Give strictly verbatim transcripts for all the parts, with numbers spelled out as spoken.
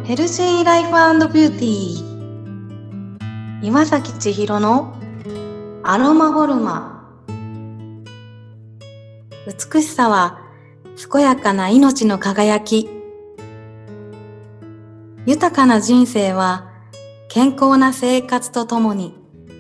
ヘルシーライフ&ビューティー、岩崎千尋のアロマフォルマ。美しさは健やかな命の輝き。豊かな人生は健康な生活とともに。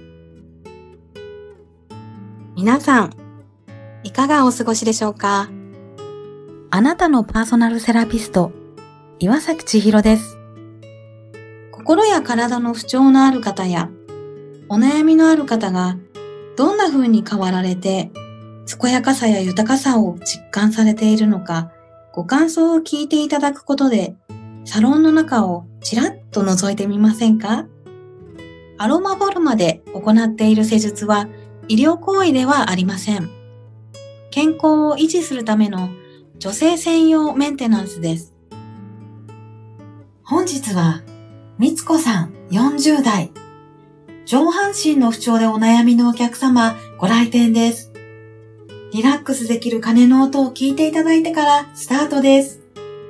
皆さん、いかがお過ごしでしょうか？あなたのパーソナルセラピスト、岩崎千尋です。心や体の不調のある方や、お悩みのある方が、どんな風に変わられて、健やかさや豊かさを実感されているのか、ご感想を聞いていただくことで、サロンの中をちらっと覗いてみませんか？アロマフォルマで行っている施術は、医療行為ではありません。健康を維持するための女性専用メンテナンスです。本日は、みつこさんよんじゅうだい。上半身の不調でお悩みのお客様、ご来店です。リラックスできる鐘の音を聞いていただいてからスタートです。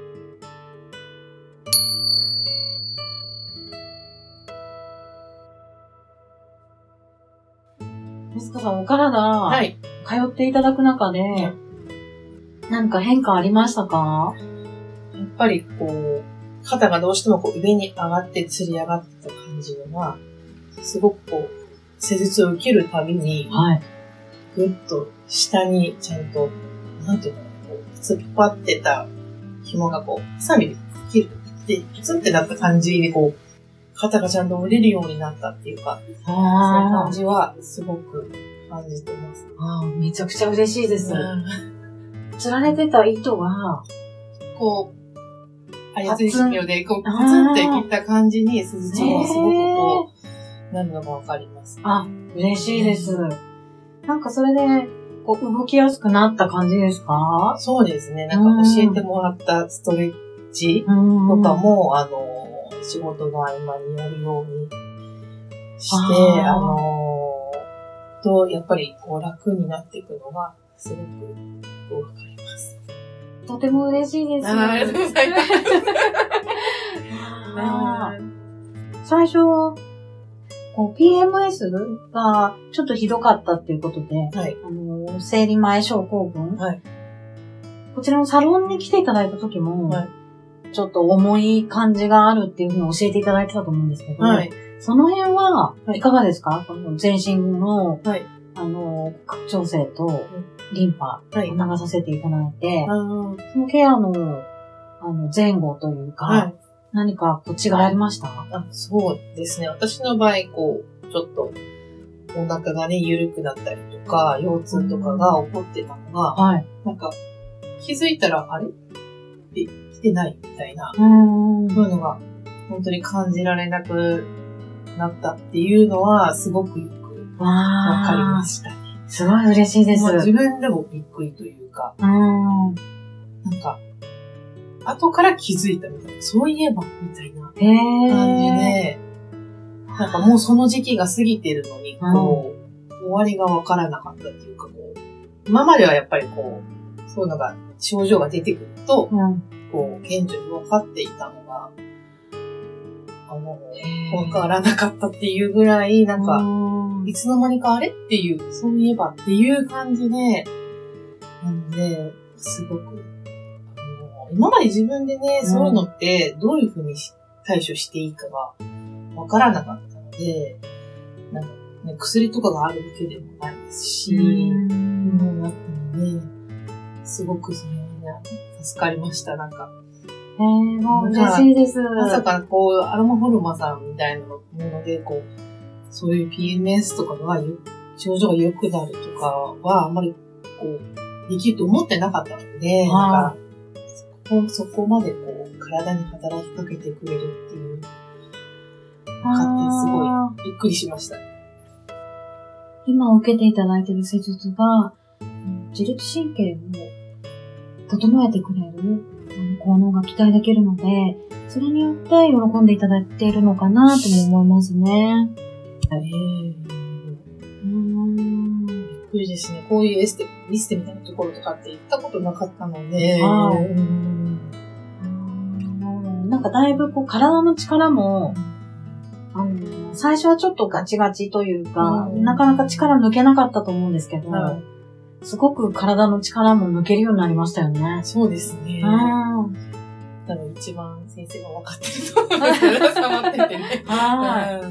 みつこさん、お体、はい、通っていただく中で、はい、何か変化ありましたか？ やっぱりこう、肩がどうしてもこう上に上がって吊り上がってた感じのは、すごくこう、施術を受けるたびに、はい、ぐっと下にちゃんと、なんていうのかな、こう、突っ張ってた紐がこう、ハサミで切るって、プツンってなった感じでこう、肩がちゃんと折れるようになったっていうか、そういう感じはすごく感じてます。 ああ、めちゃくちゃ嬉しいです。つられてた糸が、 こう、操り式量で、こう、パツンって切った感じに、施術もすごくこう、なるのがわかります。 あ、嬉しいです。なんかそれで、こう、動きやすくなった感じですか？ そうですね。なんか教えてもらったストレッチとかも、あの、仕事の合間にやるようにして、あ, あの、と、やっぱりこう楽になっていくのが、すごくわかります。 とても嬉しいです。 ありがとうございます。 最初、こう ピーエムエス がちょっとひどかったっていうことで、はい、あの生理前症候群、はい、こちらのサロンに来ていただいた時も、はい、ちょっと重い感じがあるっていうふうに教えていただいてたと思うんですけど、はい、その辺はいかがですか？この全身の、はい、あの核調整とリンパを流させていただいて、はい、そのケアのあの前後というか、はい、何かこう違いありました？ あ、そうですね。私の場合、こう、ちょっとお腹がね、緩くなったりとか、腰痛とかが起こってたのが、はい、なんか気づいたら、あれって来てないみたいな、うんそういうのが本当に感じられなくなったっていうのは、すごくよくわかりましたね。 すごい嬉しいです。 まあ、自分でもびっくりというか、うんなんか、後から気づいたみたいな、そういえば、みたいな感じで、なんかもうその時期が過ぎてるのに、こう、うん、終わりがわからなかったっていうか、こう、今まではやっぱりこう、そういうのが、症状が出てくると、うん、こう、顕著に分かっていたのが、あの、わからなかったっていうぐらい、なんか、うん、いつの間にかあれっていう、そういえばっていう感じで、なので、すごく、今まで自分でね、そういうのってどういうふうに対処していいかがわからなかったので、なんかね、薬とかがあるわけでもないですし、もうなったので、すごくそれはね、助かりました、なんか。 へー、もう嬉しいです。 まさかこう、アロマフォルマさんみたいなもので、こう、そういう ピーエムエス とかが、症状が良くなるとかは、あんまりこう、できると思ってなかったので、なんか、そこまでこう、体に働きかけてくれるっていう、分かってすごいびっくりしました。 今受けていただいている施術が、自律神経を整えてくれる効能が期待できるので、それによって喜んでいただいているのかなとも思いますね。 えー、うーんびっくりですね。こういうエステ、リステみたいなところとかって行ったことなかったので、 なんかだいぶこう体の力も、あの、最初はちょっとガチガチというか、うん、なかなか力抜けなかったと思うんですけど、はい、すごく体の力も抜けるようになりましたよね。 そうですね。うん。多分一番先生が分かってると思います。触っててね。 はい。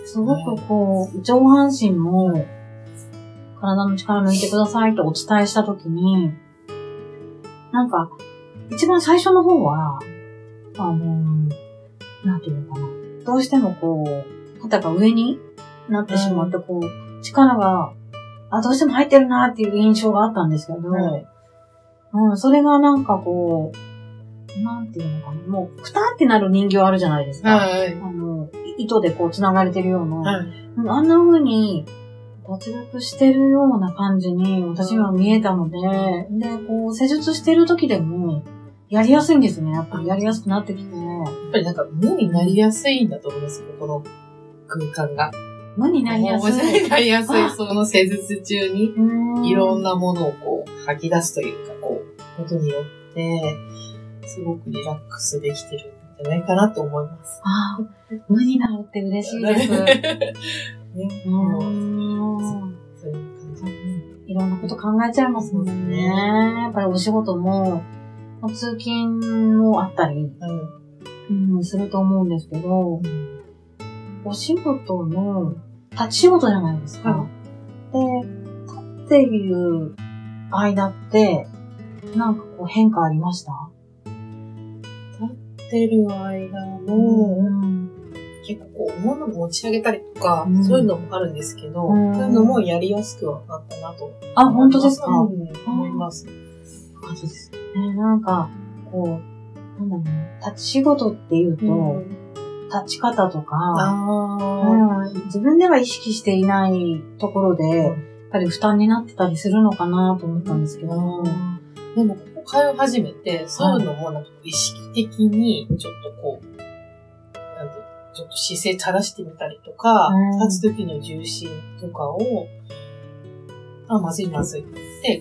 すごくこう、上半身も体の力抜いてくださいとお伝えしたときに、なんか、一番最初の方は、あの、なんていうのかな。どうしてもこう、肩が上になってしまって、こう、力が、あ、どうしても入ってるなっていう印象があったんですけど、はい、うん、それがなんかこう、なんていうのかな。もう、ふたってなる人形あるじゃないですか。はい、あの、糸でこう繋がれてるような。はい、あんな風に、脱力してるような感じに私は見えたので、で、こう、施術してる時でも、やりやすいんですね。やっぱりやりやすくなってきて。やっぱりなんか無になりやすいんだと思います。この空間が。 無になりやすい。 無になりやすい。その施術中に、いろんなものをこう、吐き出すというか、こう、ことによって、すごくリラックスできてるんじゃないかなと思います。 ああ、無になるって嬉しいです。ね、うんそういう感じ。いろんなこと考えちゃいますもんね。やっぱりお仕事も、通勤もあったり、うんうん、すると思うんですけど、うん、お仕事の立ち仕事じゃないですか。うん、で、立っている間って、なんかこう変化ありました？ 立ってる間も、うん、結構こう物を持ち上げたりとか、うん、そういうのもあるんですけど、うん、そういうのもやりやすくはなったなと。 あ、本当ですか？ うん、思います。 そうですね。なんか、こう、なんだろうね、立ち仕事っていうと、うん、立ち方とか、あうん、自分では意識していないところで、うん、やっぱり負担になってたりするのかなと思ったんですけど。うん、 でも、ここ通い始めて、そういうのもなんか意識的に、ちょっとこう、なんていうちょっと姿勢正してみたりとか、うん、立つ時の重心とかを、あ、まずいまずいって、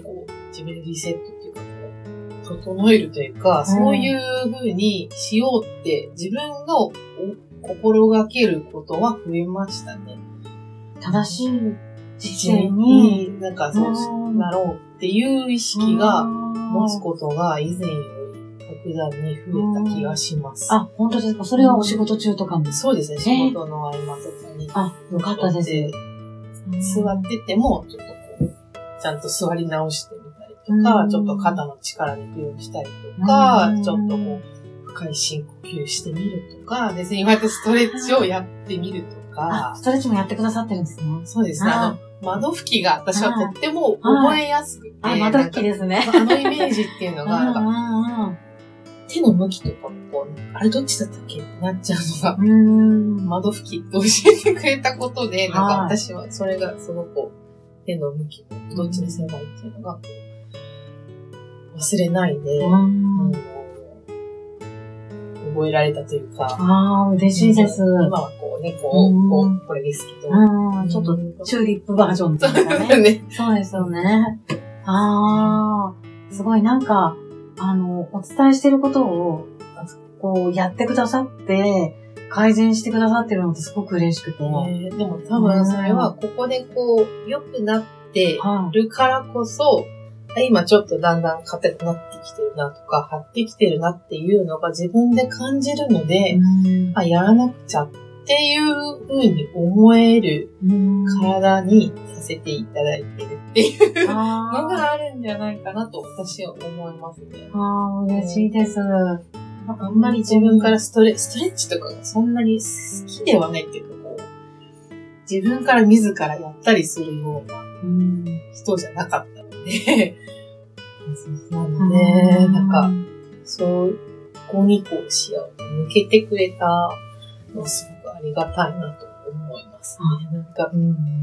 こう、自分でリセットっていうか、こう、整えるというか、うん、そういう風にしようって、自分が心がけることは増えましたね。 正しい姿勢に、 なんかそうなろうっていう意識が持つことが以前より格段に増えた気がします。 あ、本当ですか？それはお仕事中とかに、うん、 そうですね、仕事の合間とかに。 あ、よかったです。 座ってても、ちょっとこう、ちゃんと座り直してみたりとか、ちょっと肩の力抜くようにしたりとか、ちょっとこう、深い深呼吸してみるとか、別にこうやってストレッチをやってみるとか。 ストレッチもやってくださってるんですね。 そうですね。あの、窓拭きが私はとっても覚えやすくて。 あ、窓拭きですね。 あのイメージっていうのが、なんか手の向きとかもこう、あれどっちだったっけってなっちゃうのが、うん窓拭きって教えてくれたことで、なんか私はそれがすごく手の向きをどっちにすればいいっていうのが、忘れないで、うん、覚えられたというか。 ああ、嬉しいです。 今はこうね、こう、うん、こうこれですけど。 うん、ちょっとチューリップバージョンっていうかね。ねそうですよね。ああ、すごいなんか、あの、お伝えしてることを、こう、やってくださって、改善してくださってるのってすごく嬉しくて。えー、でも多分それは、ここでこう、良くなってるからこそ、はい、今ちょっとだんだん硬くなってきてるなとか、張ってきてるなっていうのが自分で感じるので、あ、やらなくちゃっていう風に思える体にさせていただいてるっていうのがあるんじゃないかなと私は思いますね。 ああ、嬉しいです。 あんまり自分からストレ、ストレッチとかがそんなに好きではないっていうか、こう、自分から自らやったりするような人じゃなかったので、なので、なんか、そう、ここにこう視野を向けてくれたのすごくありがたいなと思いますね。なんか、うん、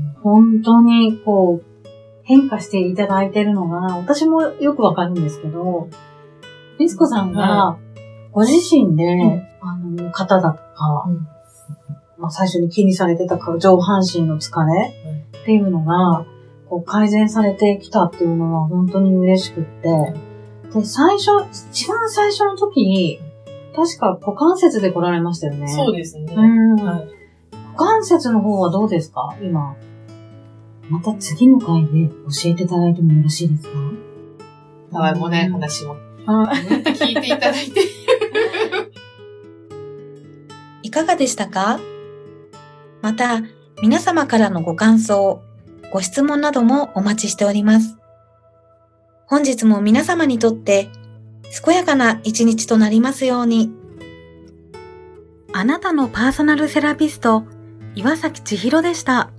本当にこう、変化していただいてるのが、私もよくわかるんですけど、リツコさんが、ご自身で、うん、あの、肩だとか、うん、まあ、最初に気にされてた上半身の疲れっていうのが、こう改善されてきたっていうのは本当に嬉しくって、で、最初、一番最初の時に、 確か股関節で来られましたよね。 そうですね。 うん、 はい、 股関節の方はどうですか今。また次の回で教えていただいてもよろしいですか？ たわいもない話も聞いていただいて。 いかがでしたか？また、皆様からのご感想、ご質問などもお待ちしております。本日も皆様にとって健やかな一日となりますように。あなたのパーソナルセラピスト、岩崎千尋でした。